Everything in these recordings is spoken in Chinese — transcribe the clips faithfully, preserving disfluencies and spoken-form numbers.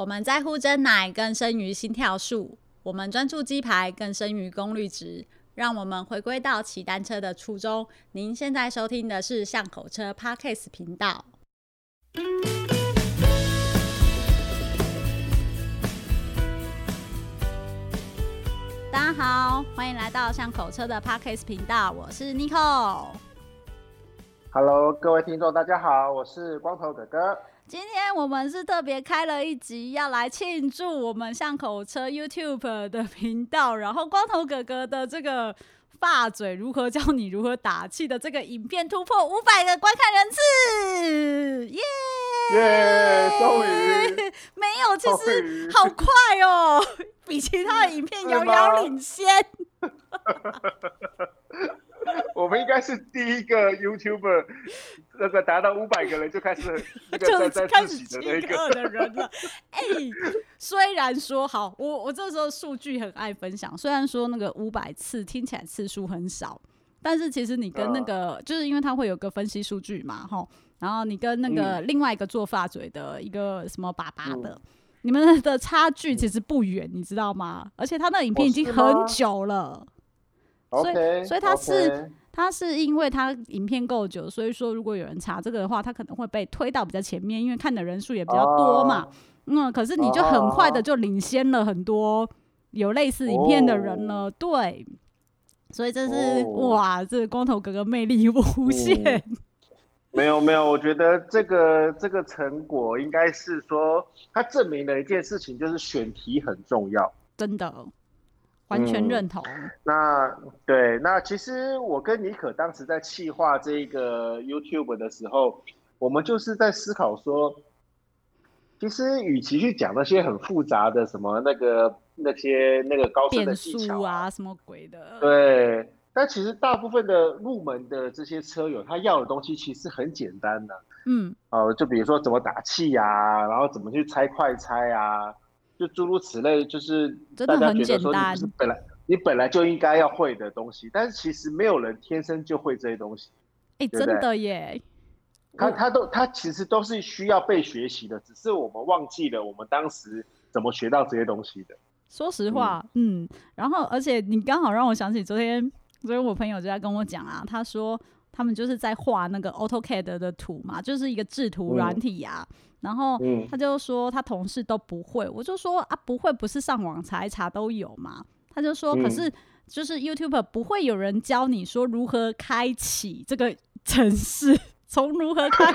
我们在乎真奶更胜于心跳数，我们专注鸡排更胜于功率值。让我们回归到骑单车的初衷。您现在收听的是巷口车 Podcast 频道。大家好，欢迎来到巷口车的 Podcast 频道，我是 Nico。Hello， 各位听众，大家好，我是光头哥哥。 今天我们是特别开了一集，要来庆祝我们巷口车 YouTube 的频道，然后光头哥哥的这个发嘴如何教你如何打气的这个影片突破五百个观看人次，耶耶！终于没有，其实好快哦，比其他的影片遥遥领先。 我们应该是第一个 YouTuber 那个达到五百个人就开始那个在在自己的那个的人了。哎、欸，虽然说好，我我这时候数据很爱分享。虽然说那个五百次听起来次数很少，但是其实你跟那个、嗯、就是因为它会有个分析数据嘛，吼，然后你跟那个另外一个做发嘴的一个什么爸爸的。嗯，你们的差距其实不远，你知道吗？而且他那影片已经很久了，所以 okay, 所以他是、 okay. 他是因为他影片够久，所以说如果有人查这个的话，他可能会被推到比较前面，因为看的人数也比较多嘛。Oh. 嗯，可是你就很快的就领先了很多有类似影片的人了， oh. 对。所以这是、oh. 哇，这个光头哥哥魅力无限。嗯， 没有没有，我觉得这个这个成果应该是说，它证明了一件事情，就是选题很重要， 真的，完全认同。 嗯、那对，那其实我跟尼可当时在企划这个 YouTube 的时候，我们就是在思考说，其实与其去讲那些很复杂的什么那个那些那个高深的技巧啊，什么鬼的， 对。但其实大部分的入门的这些车友，他要的东西其实很简单的、啊，嗯，哦、呃，就比如说怎么打气啊，然后怎么去拆快拆啊，就诸如此类，就是大家觉得说你不是本来你本来就应该要会的东西，但是其实没有人天生就会这些东西， 哎、欸，真的耶， 他他都他其实都是需要被学习的，只是我们忘记了我们当时怎么学到这些东西的。 说实话，嗯，嗯然后而且你刚好让我想起昨天。所以我朋友就在跟我讲啊，他说他们就是在画那个 AutoCAD 的图嘛，就是一个制图软体啊、嗯。然后他就说他同事都不会，我就说啊不会，不是上网查一查都有嘛？他就说，可是就是 YouTuber 不会有人教你说如何开启这个程式，从如何开启。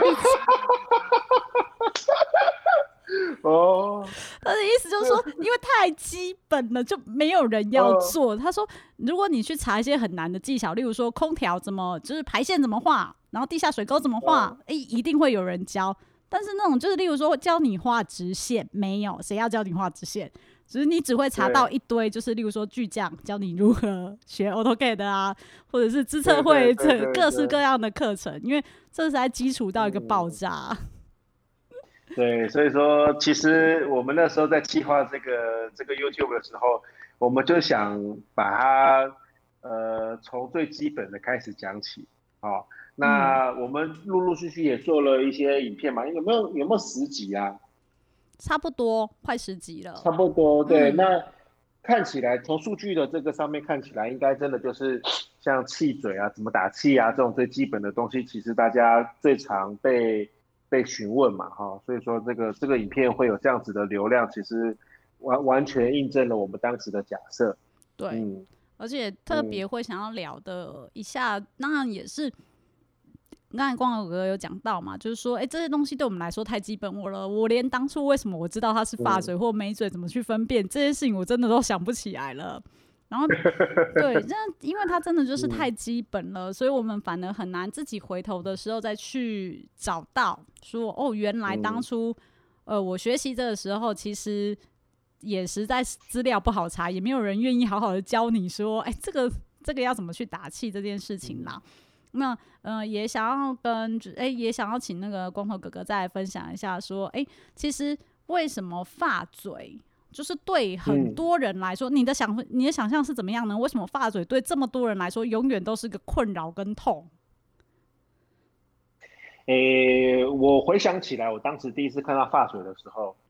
哦， 他的意思就是说，因为太基本了，就没有人要做。他说，如果你去查一些很难的技巧，例如说空调怎么，就是排线怎么画，然后地下水沟怎么画，哎、欸，一定会有人教。但是那种就是，例如说教你画直线，没有谁要教你画直线，只是你只会查到一堆，就是例如说巨匠教你如何学 AutoCAD 啊，或者是资策会各式各样的课程，因为这是在基础到一个爆炸。嗯对，所以说其实我们那时候在计划这个这个 YouTube 的时候，我们就想把它呃从最基本的开始讲起。好、哦，那我们陆陆续续也做了一些影片嘛，有没有有没有十集啊？ 差不多，快十集了。 差不多，对。嗯、那看起来从数据的这个上面看起来，应该真的就是像气嘴啊、怎么打气啊这种最基本的东西，其实大家最常被。被询问嘛，哈，所以说这个这个影片会有这样子的流量，其实完完全印证了我们当时的假设。 对，嗯、而且特别会想要聊的一下，嗯、当然也是刚才光头哥哥有讲到嘛，就是说，哎、欸，这些东西对我们来说太基本我了，我连当初为什么我知道它是发嘴或眉嘴怎么去分辨、嗯、这些事情，我真的都想不起来了。然后，对，这因为它真的就是太基本了、嗯，所以我们反而很难自己回头的时候再去找到说，哦，原来当初，嗯、呃，我学习这个时候，其实也实在资料不好查，也没有人愿意好好的教你说，哎，这个这个要怎么去打气这件事情啦。那呃，也想要跟，哎，也想要请那个光头哥哥再来分享一下，说，哎，其实为什么发嘴？就是对很多人来说、嗯、你的想你的想象是怎么样呢？为什么发嘴对这么多人来说永远都是个困扰跟痛？ 诶，我回想起来，我当时第一次看到发嘴的时候，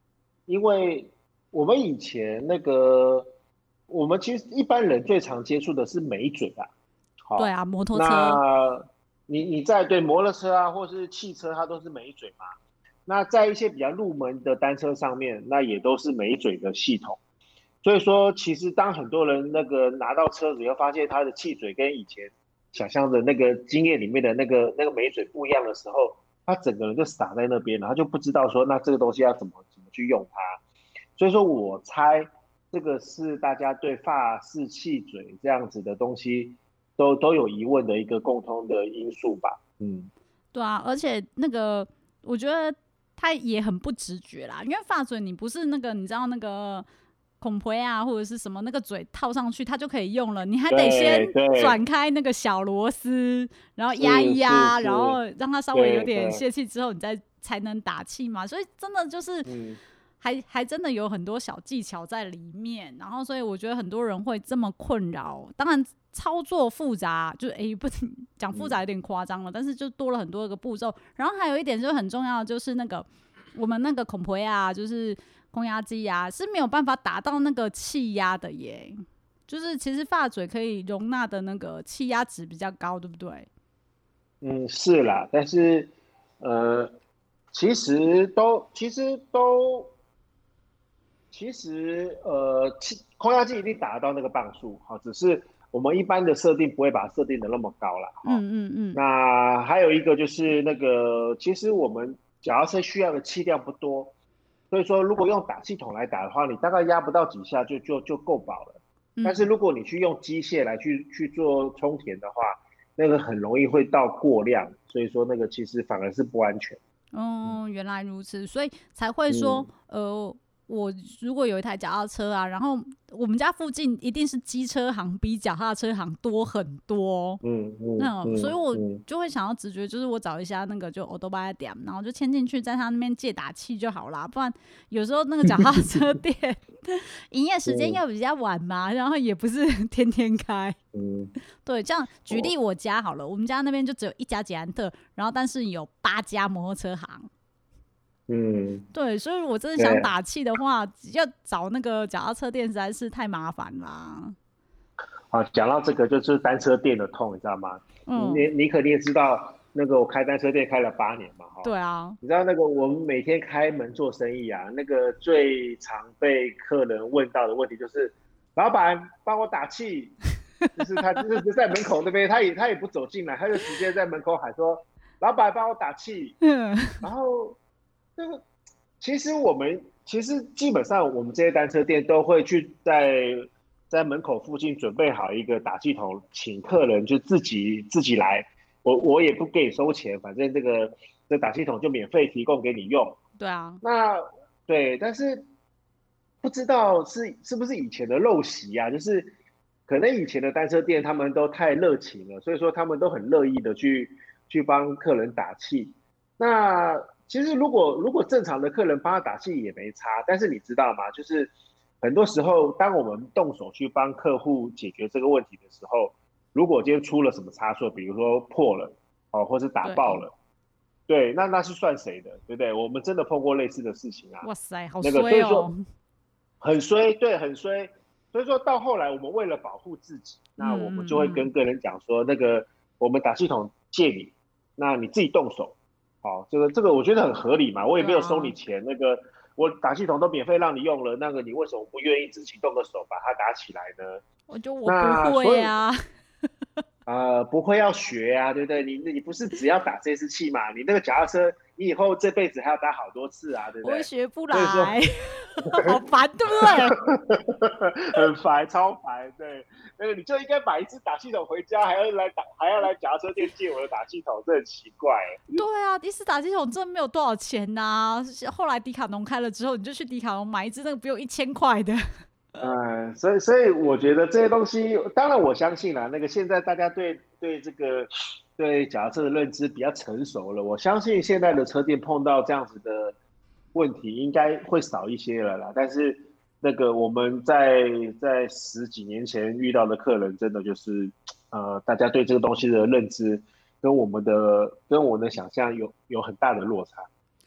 因为我们以前那个，我们其实一般人最常接触的是美嘴啊，好， 对啊，摩托车。 那你你在对摩托车啊，或是汽车，它都是美嘴嘛。那在一些比较入门的单车上面，那也都是美嘴的系统。所以说，其实当很多人那个拿到车子以后，发现它的气嘴跟以前想象的那个经验里面的那个那个美嘴不一样的时候，他整个人就傻在那边，然后就不知道说那这个东西要怎么怎么去用它。所以说我猜这个是大家对法式气嘴这样子的东西都都有疑问的一个共通的因素吧。嗯， 对啊，而且那个我觉得他也很不直觉啦，因为发嘴你不是那个你知道那个孔培啊或者是什么那个嘴套上去它就可以用了，你还得先转开那个小螺丝，然后压一压，然后让它稍微有点泄气之后，你再才能打气嘛。所以真的就是。嗯还还真的有很多小技巧在里面，然后所以我觉得很多人会这么困扰。当然操作复杂，就是哎、欸、不讲复杂有点夸张了，但是就多了很多个步骤。然后还有一点就很重要的就是那个我们那个孔培啊，就是空压机啊是没有办法达到那个气压的耶。就是其实发嘴可以容纳的那个气压值比较高，对不对？ 嗯，是啦，但是呃，其实都其实都。其实，呃，空压机一定达得到那个磅数，哈，只是我们一般的设定不会把它设定的那么高啦，哈。 嗯嗯嗯。 那还有一个就是那个，其实我们脚踏车需要的气量不多，所以说如果用打气筒来打的话，你大概压不到几下就就就够饱了。但是如果你去用机械来去去做充填的话，那个很容易会到过量，所以说那个其实反而是不安全。 嗯，原来如此，所以才会说，嗯、呃。我如果有一台脚踏车啊，然后我们家附近一定是机车行比脚踏车行多很多， 嗯嗯， 那、 嗯所以我就会想要直觉，就是我找一下那个就 Autobahn 店，然后就牵进去，在他那边借打气就好啦。不然有时候那个脚踏车店营业时间又比较晚嘛，然后也不是天天开。嗯，对，这样举例我家好了，我们家那边就只有一家捷安特，然后但是有八家摩托车行。嗯，对，所以我真的想打气的话，要找那个脚踏车店实在是太麻烦啦。 好，讲到这个就是单车店的痛，你知道吗？嗯，你你肯定也知道，那个我开单车店开了八年嘛，哈。 对啊。 你知道那个我们每天开门做生意啊，那个最常被客人问到的问题就是，老板帮我打气，就是他就是在门口那边，他也他也不走进来，他就直接在门口喊说，老板帮我打气。嗯，然后。这个其实我们其实基本上我们这些单车店都会去在在门口附近准备好一个打气筒，请客人就自己自己来，我我也不给你收钱，反正这个这打气筒就免费提供给你用。 对啊， 那对，但是不知道是是不是以前的陋习啊，就是可能以前的单车店他们都太热情了，所以说他们都很乐意的去去帮客人打气。那其实如果如果正常的客人帮他打气也没差，但是你知道吗？就是很多时候，当我们动手去帮客户解决这个问题的时候，如果今天出了什么差错，比如说破了哦，或是打爆了，对，那那是算谁的，对不对？我们真的碰过类似的事情啊。 哇塞，好衰哦！ 很衰，对，很衰。所以说到后来，我们为了保护自己，那我们就会跟客人讲说，那个我们打气筒借你，那你自己动手。好，这个这个我觉得很合理嘛，我也没有收你钱，啊、那个我打气筒都免费让你用了，那个你为什么不愿意自己动个手把它打起来呢？ 我就我不会啊， 呃，不会要学啊，对不对？你你不是只要打这次气嘛？你那个脚踏车，你以后这辈子还要打好多次啊，对不对？ 我学不来，好烦，对不对？ 很烦，超烦，对。那个你就应该买一支打气筒回家，还要来打，还要来脚踏车店借我的打气筒，这很奇怪。 对啊，一支打气筒真的没有多少钱呐、啊。后来迪卡侬开了之后，你就去迪卡侬买一支那个不用一千块的。 嗯，所以所以我觉得这些东西，当然我相信啦，那个现在大家对对这个对脚踏车的认知比较成熟了，我相信现在的车店碰到这样子的问题应该会少一些了啦。但是那个我们在在十几年前遇到的客人，真的就是呃，大家对这个东西的认知跟我们的跟我们的想象有有很大的落差。嗯。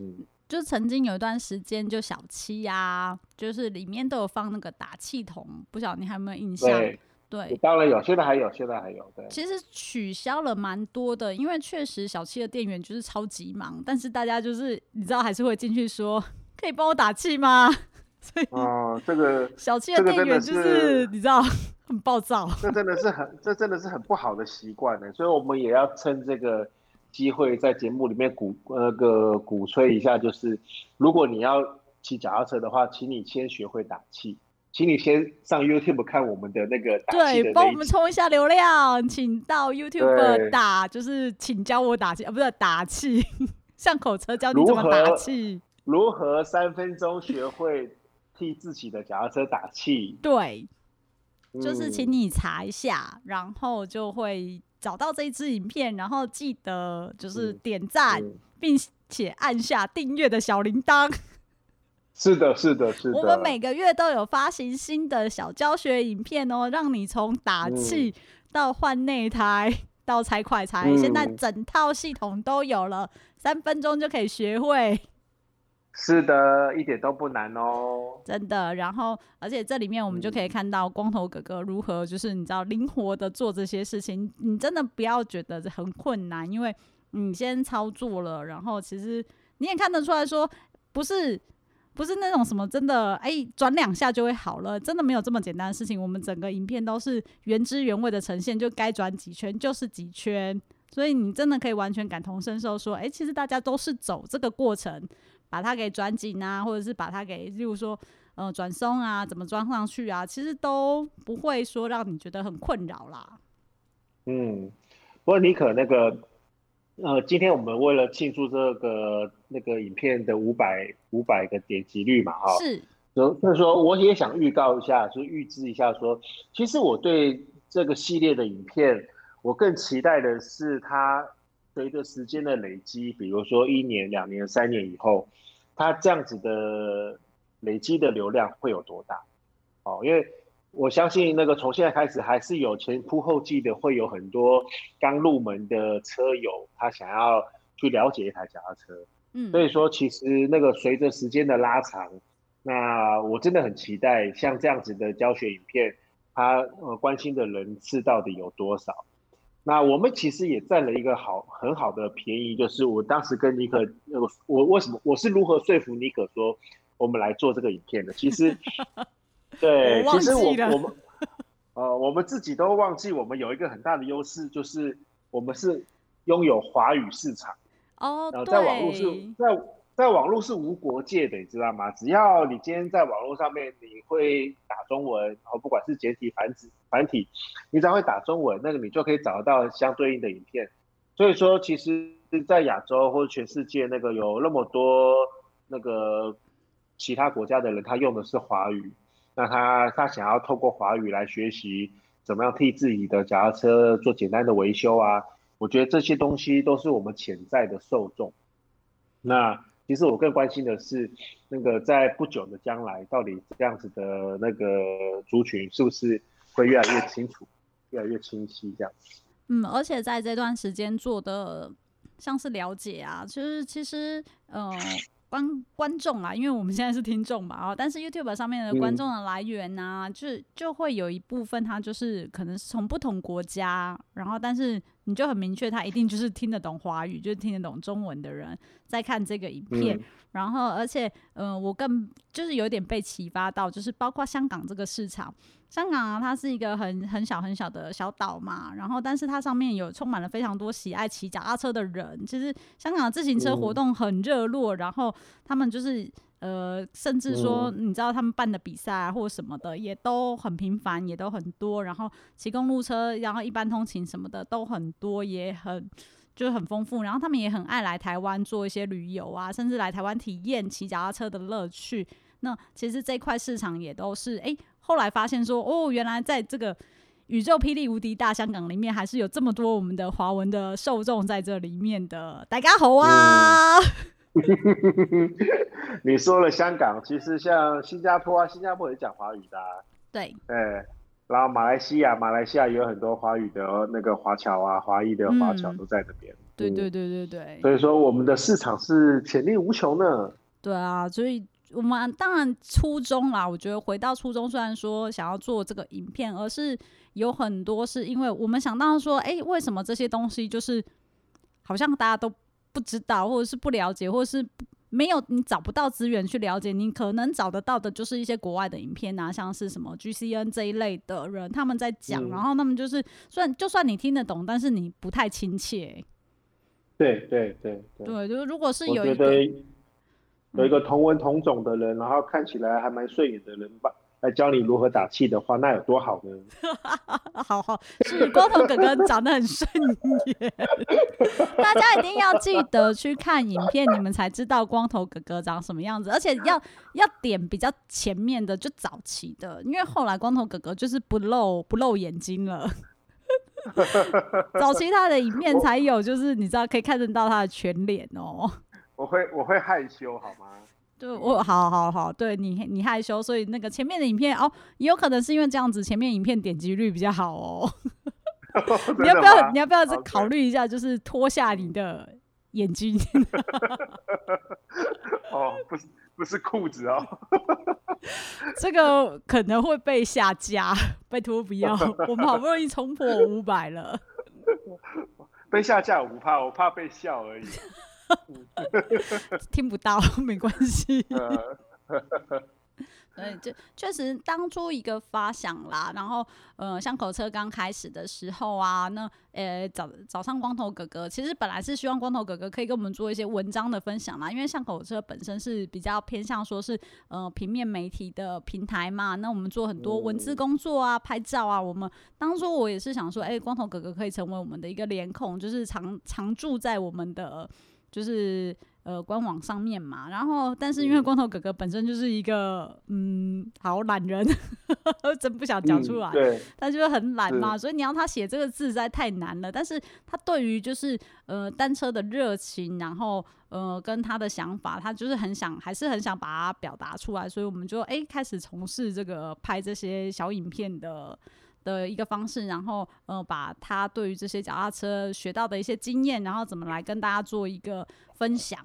就曾经有一段时间，就小七啊，就是里面都有放那个打气筒，不晓得你还有没有印象？ 对， 对， 当然有，现在还有，现在还有。对， 其实取消了蛮多的，因为确实小七的店员就是超级忙，但是大家就是你知道还是会进去说，可以帮我打气吗？所以， 哦，这个小七的店员就是、这个、你知道很暴躁， 这真的是很，这真的是很不好的习惯呢。所以我们也要趁这个机会在节目里面鼓那个鼓吹一下，就是如果你要骑脚踏车的话，请你先学会打气。请你先上 YouTube 看我们的那个打气的那一集， 对，帮我们冲一下流量，请到 YouTube 打，就是请教我打气啊，不是打气，上口车教你怎么打气， 如何, 如何三分钟学会替自己的脚踏车打气？ 对，就是请你查一下，嗯、然后就会找到这一支影片，然后记得就是点赞，嗯嗯、并且按下订阅的小铃铛。 是的，是的，是的。 我们每个月都有发行新的小教学影片哦，让你从打气到换内胎、嗯、到拆快拆、嗯，现在整套系统都有了，三分钟就可以学会。 是的，一点都不难哦， 真的。然后，而且这里面我们就可以看到光头哥哥如何，就是你知道灵活的做这些事情。你真的不要觉得很困难，因为你先操作了，然后其实你也看得出来说，不是。不是那种什么真的哎转两下就会好了，真的没有这么简单的事情。我们整个影片都是原汁原味的呈现，就该转几圈就是几圈，所以你真的可以完全感同身受说，哎，其实大家都是走这个过程，把它给转紧啊，或者是把它给例如说呃转松啊，怎么装上去啊，其实都不会说让你觉得很困扰啦。 嗯，不过妮可那个呃，今天我们为了庆祝这个那个影片的五百五百个点击率嘛，哈， 是， 所以说我也想预告一下，就预知一下说，其实我对这个系列的影片，我更期待的是它随着时间的累积，比如说一年、两年、三年以后，它这样子的累积的流量会有多大？哦，因为我相信那个从现在开始还是有前仆后继的，会有很多刚入门的车友，他想要去了解一台脚踏车。嗯，所以说其实那个随着时间的拉长，那我真的很期待像这样子的教学影片，他呃关心的人次到底有多少？那我们其实也占了一个好很好的便宜，就是我当时跟妮可，我我为什么我是如何说服妮可说我们来做这个影片的？其实。对，其实我我们，呃，我们自己都忘记，我们有一个很大的优势，就是我们是拥有华语市场。 哦， 然后在网络是在在网络是无国界的，你知道吗？只要你今天在网络上面你会打中文，然后不管是简体繁体繁体，你只要会打中文，那个你就可以找得到相对应的影片。所以说，其实，在亚洲或者全世界，那个有那么多那个其他国家的人，他用的是华语。那他他想要透过华语来学习怎么样替自己的脚踏车做简单的维修啊，我觉得这些东西都是我们潜在的受众。那其实我更关心的是，那个在不久的将来，到底这样子的那个族群是不是会越来越清楚、越来越清晰这样子？ 嗯，而且在这段时间做的像是了解啊，就是其实呃。观观众啊，因为我们现在是听众嘛，哦，但是 YouTube 上面的观众的来源啊，嗯、就就会有一部分他就是可能是从不同国家，然后但是你就很明确，他一定就是听得懂华语，就是听得懂中文的人在看这个影片，嗯、然后而且嗯、呃，我更就是有点被启发到，就是包括香港这个市场。香港啊，它是一个很很小很小的小岛嘛，然后但是它上面有充满了非常多喜爱骑脚踏车的人。其实香港的自行车活动很热络，然后他们就是呃，甚至说你知道他们办的比赛啊或什么的也都很频繁，也都很多。然后骑公路车，然后一般通勤什么的都很多，也很就是很丰富。然后他们也很爱来台湾做一些旅游啊，甚至来台湾体验骑脚踏车的乐趣。那其实这块市场也都是哎。欸后来发现说，哦，原来在这个宇宙霹雳无敌大香港里面，还是有这么多我们的华文的受众在这里面的。大家好啊！ 嗯、你说了香港，其实像新加坡啊，新加坡也讲华语的、啊。 对。 对。然后马来西亚，马来西亚也有很多华语的那个华侨啊，华裔的华侨都在那边。 嗯、对对对对对。 所以说，我们的市场是潜力无穷呢。 对啊，所以我们当然初衷啦，我觉得回到初衷，虽然说想要做这个影片，而是有很多是因为我们想到说，哎、欸，为什么这些东西就是好像大家都不知道，或者是不了解，或者是没有你找不到资源去了解，你可能找得到的就是一些国外的影片啊，像是什么 G C N 这一类的人他们在讲、嗯，然后他们就是虽然就算你听得懂，但是你不太亲切。 对对对对， 对，就是如果是有一个。 我觉得有一个同文同种的人，嗯、然后看起来还蛮顺眼的人吧，来教你如何打气的话，那有多好呢？ 好好，是光头哥哥长得很顺眼，大家一定要记得去看影片，你们才知道光头哥哥长什么样子，而且要要点比较前面的，就早期的，因为后来光头哥哥就是不露不露眼睛了。早期他的影片才有，就是你知道可以看得到他的全脸哦。 我会我会害羞好吗？ 对，我好好好，对你你害羞，所以那个前面的影片哦，也有可能是因为这样子，前面影片点击率比较好哦。你要不要你要不要再考虑一下，就是脱下你的眼睛？ 哦，不是不是裤子哦。 这个可能会被下架，拜托不要，我们好不容易冲破五百了。 被下架我不怕，我怕被笑而已。 听不到没关系。对，就确实当初一个发想啦，然后呃，巷口车刚开始的时候啊，那呃早早上光头哥哥其实本来是希望光头哥哥可以跟我们做一些文章的分享啦，因为巷口车本身是比较偏向说是呃平面媒体的平台嘛，那我们做很多文字工作啊、拍照啊，我们当初我也是想说，哎、欸，光头哥哥可以成为我们的一个脸孔，就是常常驻在我们的就是。呃，官网上面嘛，然后但是因为光头哥哥本身就是一个嗯，好懒人，真不想讲出来，嗯、 对， 他就是很懒嘛，所以你要他写这个字实在太难了。但是他对于就是呃单车的热情，然后呃跟他的想法，他就是很想，还是很想把它表达出来，所以我们就哎、欸、开始从事这个拍这些小影片的。的一个方式，然后呃，把他对于这些脚踏车学到的一些经验，然后怎么来跟大家做一个分享。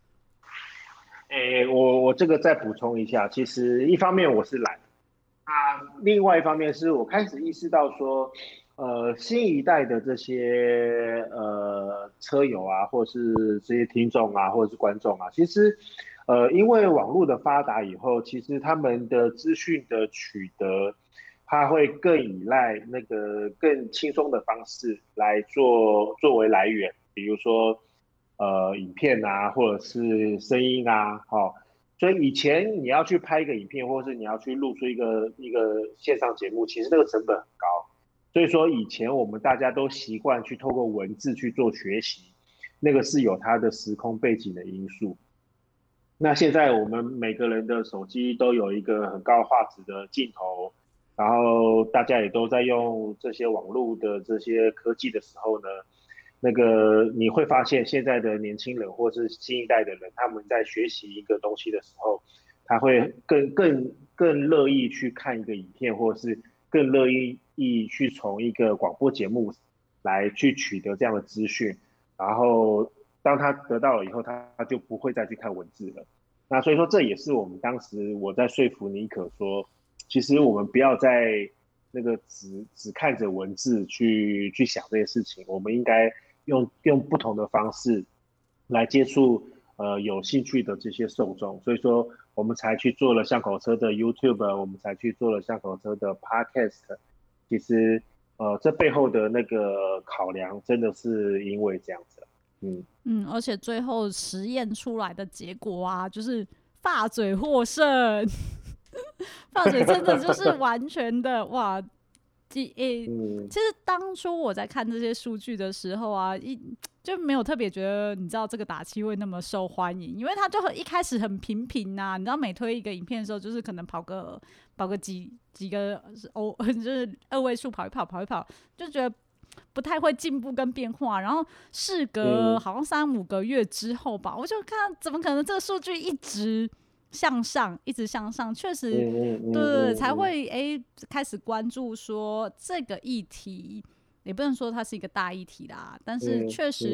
诶、欸，我我这个再补充一下，其实一方面我是懒，啊，另外一方面是我开始意识到说，呃，新一代的这些呃车友啊，或者是这些听众啊，或者是观众啊，其实呃，因为网络的发达以后，其实他们的资讯的取得。它会更依赖那个更轻松的方式来做作为来源，比如说呃影片啊，或者是声音啊，哦，所以以前你要去拍一个影片，或者是你要去录出一个一个线上节目，其实那个成本很高，所以说以前我们大家都习惯去透过文字去做学习，那个是有它的时空背景的因素。那现在我们每个人的手机都有一个很高画质的镜头。然后大家也都在用这些网络的这些科技的时候呢，那个你会发现现在的年轻人或是新一代的人，他们在学习一个东西的时候，他会更更更乐意去看一个影片，或是更乐意去从一个广播节目来去取得这样的资讯。然后当他得到了以后，他就不会再去看文字了。那所以说这也是我们当时我在说服妮可说。其实我们不要在那个只只看着文字去去想这些事情，我们应该用用不同的方式来接触呃有兴趣的这些受众，所以说我们才去做了巷口车的 YouTube， 我们才去做了巷口车的 Podcast。其实呃这背后的那个考量真的是因为这样子，嗯嗯，而且最后实验出来的结果啊，就是发嘴获胜。发嘴真的就是完全的哇！欸欸嗯、其实当初我在看这些数据的时候啊，一就没有特别觉得你知道这个打气会那么受欢迎，因为它就很一开始很平平啊。你知道每推一个影片的时候，就是可能跑个跑个几几个欧，就是二位数跑一跑跑一跑，就觉得不太会进步跟变化。然后事隔好像三五个月之后吧，我就看怎么可能这个数据一直。向上，一直向上，确实，对对对，才会哎、欸、开始关注说这个议题，也不能说它是一个大议题啦，但是确实，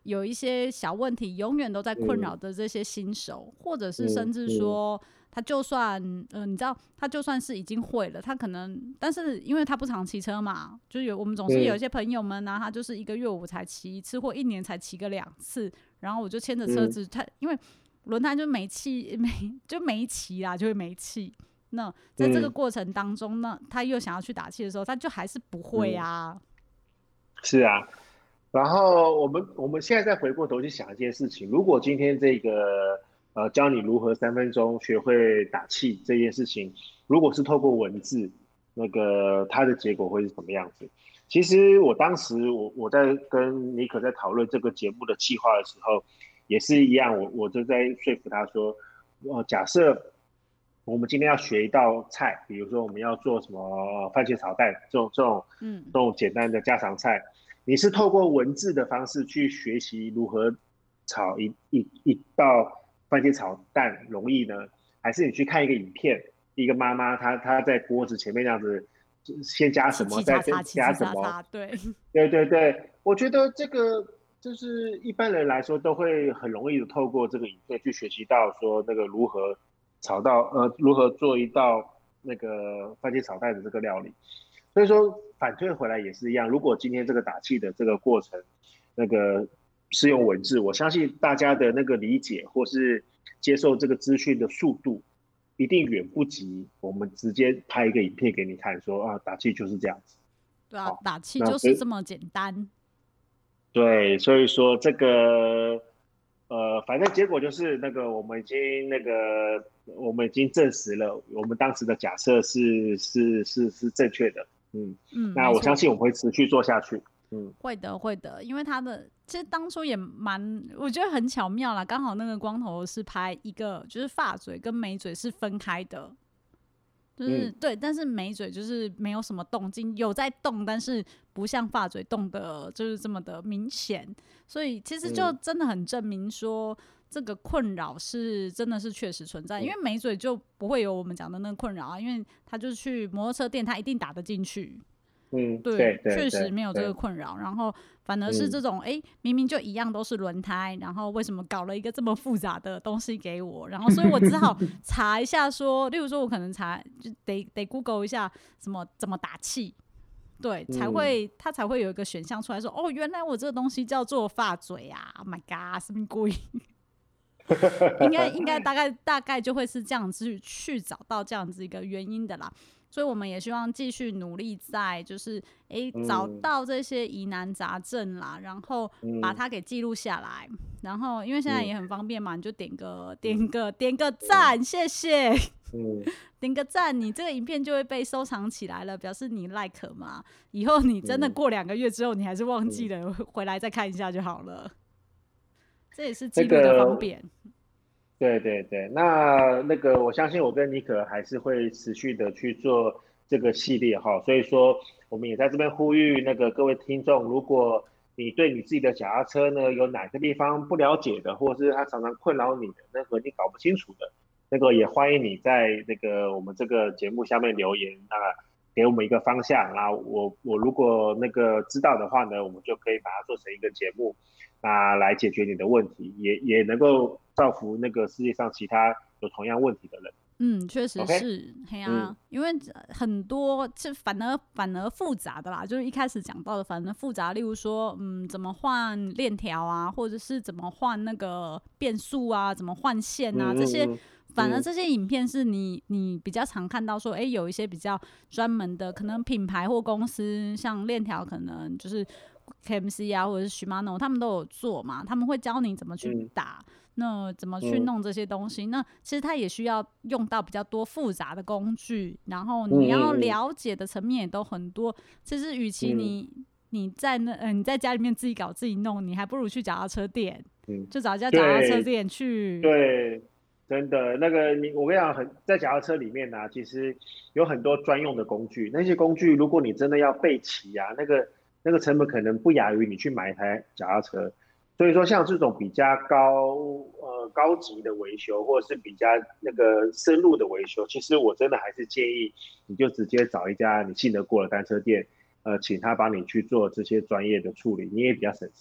有一些小问题永远都在困扰的这些新手，嗯、或者是甚至说。嗯嗯他就算，嗯、呃，你知道，他就算是已经会了，他可能，但是因为他不常骑车嘛，就有我们总是有一些朋友们呢、啊，他就是一个月我才骑一次，或一年才骑个两次，然后我就牵着车子，他因为轮胎就没气，没就没骑啦，就会没气。那在这个过程当中呢，他又想要去打气的时候，他就还是不会啊。嗯、 是啊，然后我们我们现在再回过头去想一件事情，如果今天这个。呃，教你如何三分钟学会打气这件事情，如果是透过文字，那个它的结果会是什么样子？其实我当时我我在跟尼可在讨论这个节目的企划的时候，也是一样，我我就在说服他说，呃，假设我们今天要学一道菜，比如说我们要做什么番茄炒蛋这种这种嗯这种简单的家常菜，你是透过文字的方式去学习如何炒一一一道。番茄炒蛋容易呢，还是你去看一个影片，一个妈妈她她在锅子前面这样子，先加什么，再加什么？ 对， 对对对，我觉得这个就是一般人来说都会很容易的透过这个影片去学习到说那个如何炒到呃如何做一道那个番茄炒蛋的这个料理。所以说反推回来也是一样，如果今天这个打气的这个过程，那个。是用文字，我相信大家的那个理解或是接受这个资讯的速度，一定远不及我们直接拍一个影片给你看，说啊打气就是这样子。 对啊，打气就是这么简单。 对，所以说这个呃，反正结果就是那个我们已经那个我们已经证实了，我们当时的假设是是是是正确的。嗯嗯，那我相信我们会持续做下去。嗯， 会的，会的，因为他的其实当初也蛮，我觉得很巧妙啦。刚好那个光头是拍一个，就是发嘴跟眉嘴是分开的，就是、嗯、对，但是眉嘴就是没有什么动静，有在动，但是不像发嘴动的，就是这么的明显。所以其实就真的很证明说，这个困扰是真的是确实存在，因为眉嘴就不会有我们讲的那个困扰啊，因为他就是去摩托车店，他一定打得进去。 嗯， 对， 确实没有这个困扰，然后反而是这种，哎、嗯，明明就一样都是轮胎，然后为什么搞了一个这么复杂的东西给我？然后所以我只好查一下说，例如说我可能查就得得 Google 一下什么怎么打气，对，才会、嗯、它才会有一个选项出来说，哦，原来我这个东西叫做发嘴啊 ！Oh my god， 什么鬼？应该应该大概大概就会是这样子去找到这样子一个原因的啦。所以我们也希望继续努力在就是哎、欸、找到这些疑难杂症啦，嗯、然后把它给记录下来，然后因为现在也很方便嘛，你就点个点个点个赞，嗯、谢谢，嗯、点个赞，你这个影片就会被收藏起来了，表示你 like 嘛。以后你真的过两个月之后，你还是忘记了，嗯、回来再看一下就好了。这也是记录的方便。 对对对，那那个我相信我跟尼可还是会持续的去做这个系列哈，所以说我们也在这边呼吁那个各位听众，如果你对你自己的脚踏车呢有哪个地方不了解的，或者是它常常困扰你的，那个你搞不清楚的，那个也欢迎你在那个我们这个节目下面留言，那给我们一个方向，然后我我如果那个知道的话呢，我们就可以把它做成一个节目。那来解决你的问题，也也能够造福那个世界上其他有同样问题的人。 嗯，确实是，嘿、okay? 啊、嗯，因为很多这反而反而复杂的啦，就是一开始讲到的，反而复杂，例如说，嗯，怎么换链条啊，或者是怎么换那个变速啊，怎么换线啊，嗯、这些。反而这些影片是你你比较常看到说，哎、欸，有一些比较专门的，可能品牌或公司，像链条，可能就是 K M C 啊，或者是 Shimano， 他们都有做嘛，他们会教你怎么去打，嗯、那怎么去弄这些东西。嗯、那其实它也需要用到比较多复杂的工具，然后你要了解的层面也都很多。其实，与其你、嗯、你在那呃你在家里面自己搞自己弄，你还不如去脚踏车店，嗯、就找一家脚踏车店去。 对。真的，那个你，我跟你讲，很在脚踏车里面呢、啊，其实有很多专用的工具。那些工具，如果你真的要备齐啊，那个那个成本可能不亚于你去买一台脚踏车。所以说，像这种比较高呃高级的维修，或者是比较那个深入的维修，其实我真的还是建议你就直接找一家你信得过的单车店，呃，请他帮你去做这些专业的处理，你也比较省事啦。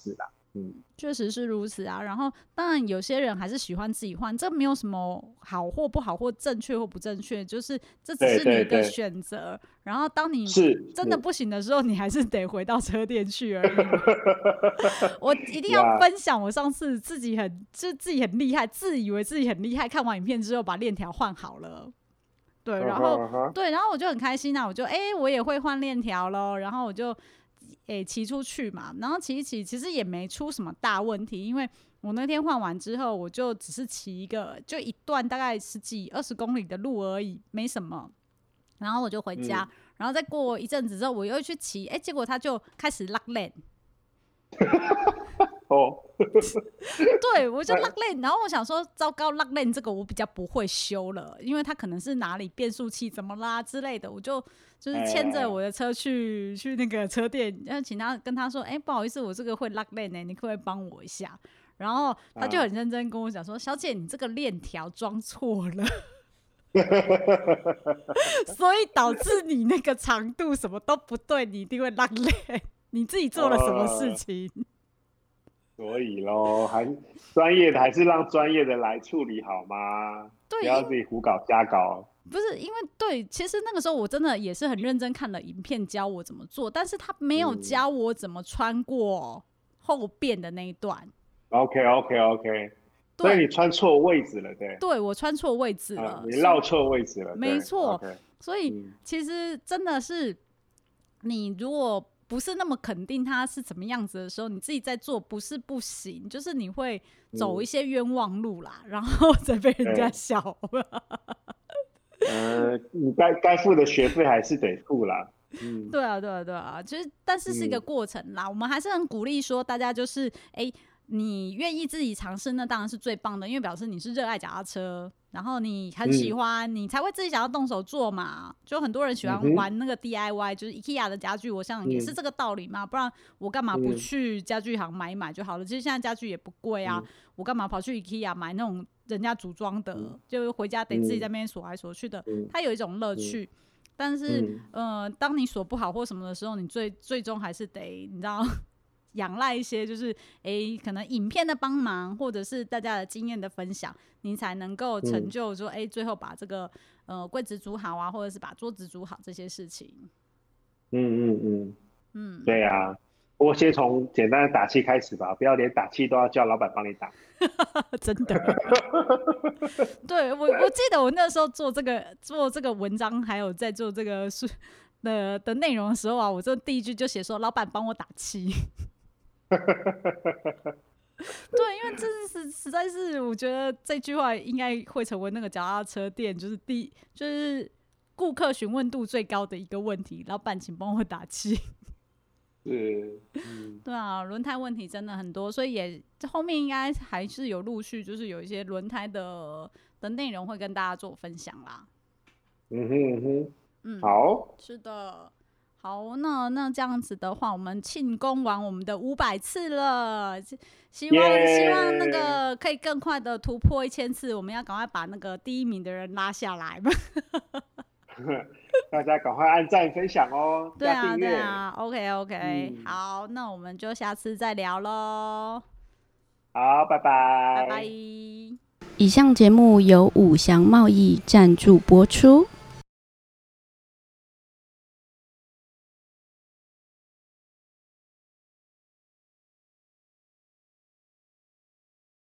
嗯， 确实是如此啊。然后当然有些人还是喜欢自己换，这没有什么好或不好或正确或不正确，就是这只是你的选择。然后当你真的不行的时候，你还是得回到车店去而已。我一定要分享我上次自己很就自己很厉害，自以为自己很厉害，看完影片之后把链条换好了。对，然后、uh huh. 对，然后我就很开心啊，我就哎、欸，我也会换链条咯，然后我就哎骑、欸、出去嘛，然后骑一骑，其实也没出什么大问题，因为我那天换完之后，我就只是骑一个就一段大概十几二十公里的路而已，没什么。然后我就回家，嗯、然后再过一阵子之后，我又去骑，哎、欸，结果他就开始 lock lane。 哦， 对，我就 lock lane， 然后我想说，糟糕 ，lock lane 这个我比较不会修了，因为他可能是哪里变速器怎么啦之类的，我就就是牵着我的车去、哎、去那个车店，然后请他跟他说，哎、欸，不好意思，我这个会 lock lane 呢、欸，你可不可以帮我一下？然后他就很认真跟我讲说，小姐，你这个链条装错了。所以导致你那个长度什么都不对，你一定会 lock lane， 你自己做了什么事情？呃所以咯，还专业的还是让专业的来处理好吗？ 对， 不要自己胡搞瞎搞。 不是因为对，其实那个时候我真的也是很认真看了影片教我怎么做，但是他没有教我怎么穿过后变的那一段。 嗯、OK OK OK， 所以你穿错位置了，对？ 对，我穿错位置了， 啊、你绕错位置了， 没错。 Okay, 所以其实真的是你如果不是那么肯定它是怎么样子的时候，你自己在做不是不行，就是你会走一些冤枉路啦，嗯、然后再被人家笑。 呃，你该该付的学费还是得付啦。嗯， 对啊，对啊，对啊，其实但是是一个过程啦。嗯、我们还是很鼓励说，大家就是哎、欸，你愿意自己尝试，那当然是最棒的，因为表示你是热爱脚踏车。然后你很喜欢、嗯、你才会自己想要动手做嘛，就很多人喜欢玩那个 D I Y、嗯、就是 IKEA 的家具，我想也是这个道理嘛、嗯、不然我干嘛不去家具行买一买就好了、嗯、其实现在家具也不贵啊、嗯、我干嘛跑去 IKEA 买那种人家组装的、嗯、就回家得自己在那边锁来锁去的、嗯、它有一种乐趣、嗯、但是、嗯、呃，当你锁不好或什么的时候，你最最终还是得你知道仰赖一些就是诶、欸，可能影片的帮忙，或者是大家的经验的分享，你才能够成就说，诶、欸，最后把这个呃柜子煮好啊，或者是把桌子煮好这些事情。 嗯嗯嗯嗯，对啊，我先从简单的打气开始吧，不要连打气都要叫老板帮你打。 真的，对我我记得我那时候做这个做这个文章，还有在做这个书的的内容的时候啊，我这第一句就写说，老板帮我打气。对，因为这是实在是，我觉得这句话应该会成为那个脚踏车店就是第就是顾客询问度最高的一个问题。老板，请帮我打气。 是，嗯， 对啊，轮胎问题真的很多，所以也后面应该还是有陆续，就是有一些轮胎的的内容会跟大家做分享啦。 嗯哼嗯哼， 嗯， 好， 是的。好，那那这样子的话，我们庆功完我们的五百次了，希望、yeah! 希望那个可以更快的突破一千次，我们要赶快把那个第一名的人拉下来吧。 大家赶快按赞分享哦， 对啊对啊 ，OK OK，、嗯、好，那我们就下次再聊咯。 好，拜拜， 拜拜。以上节目由五祥贸易赞助播出。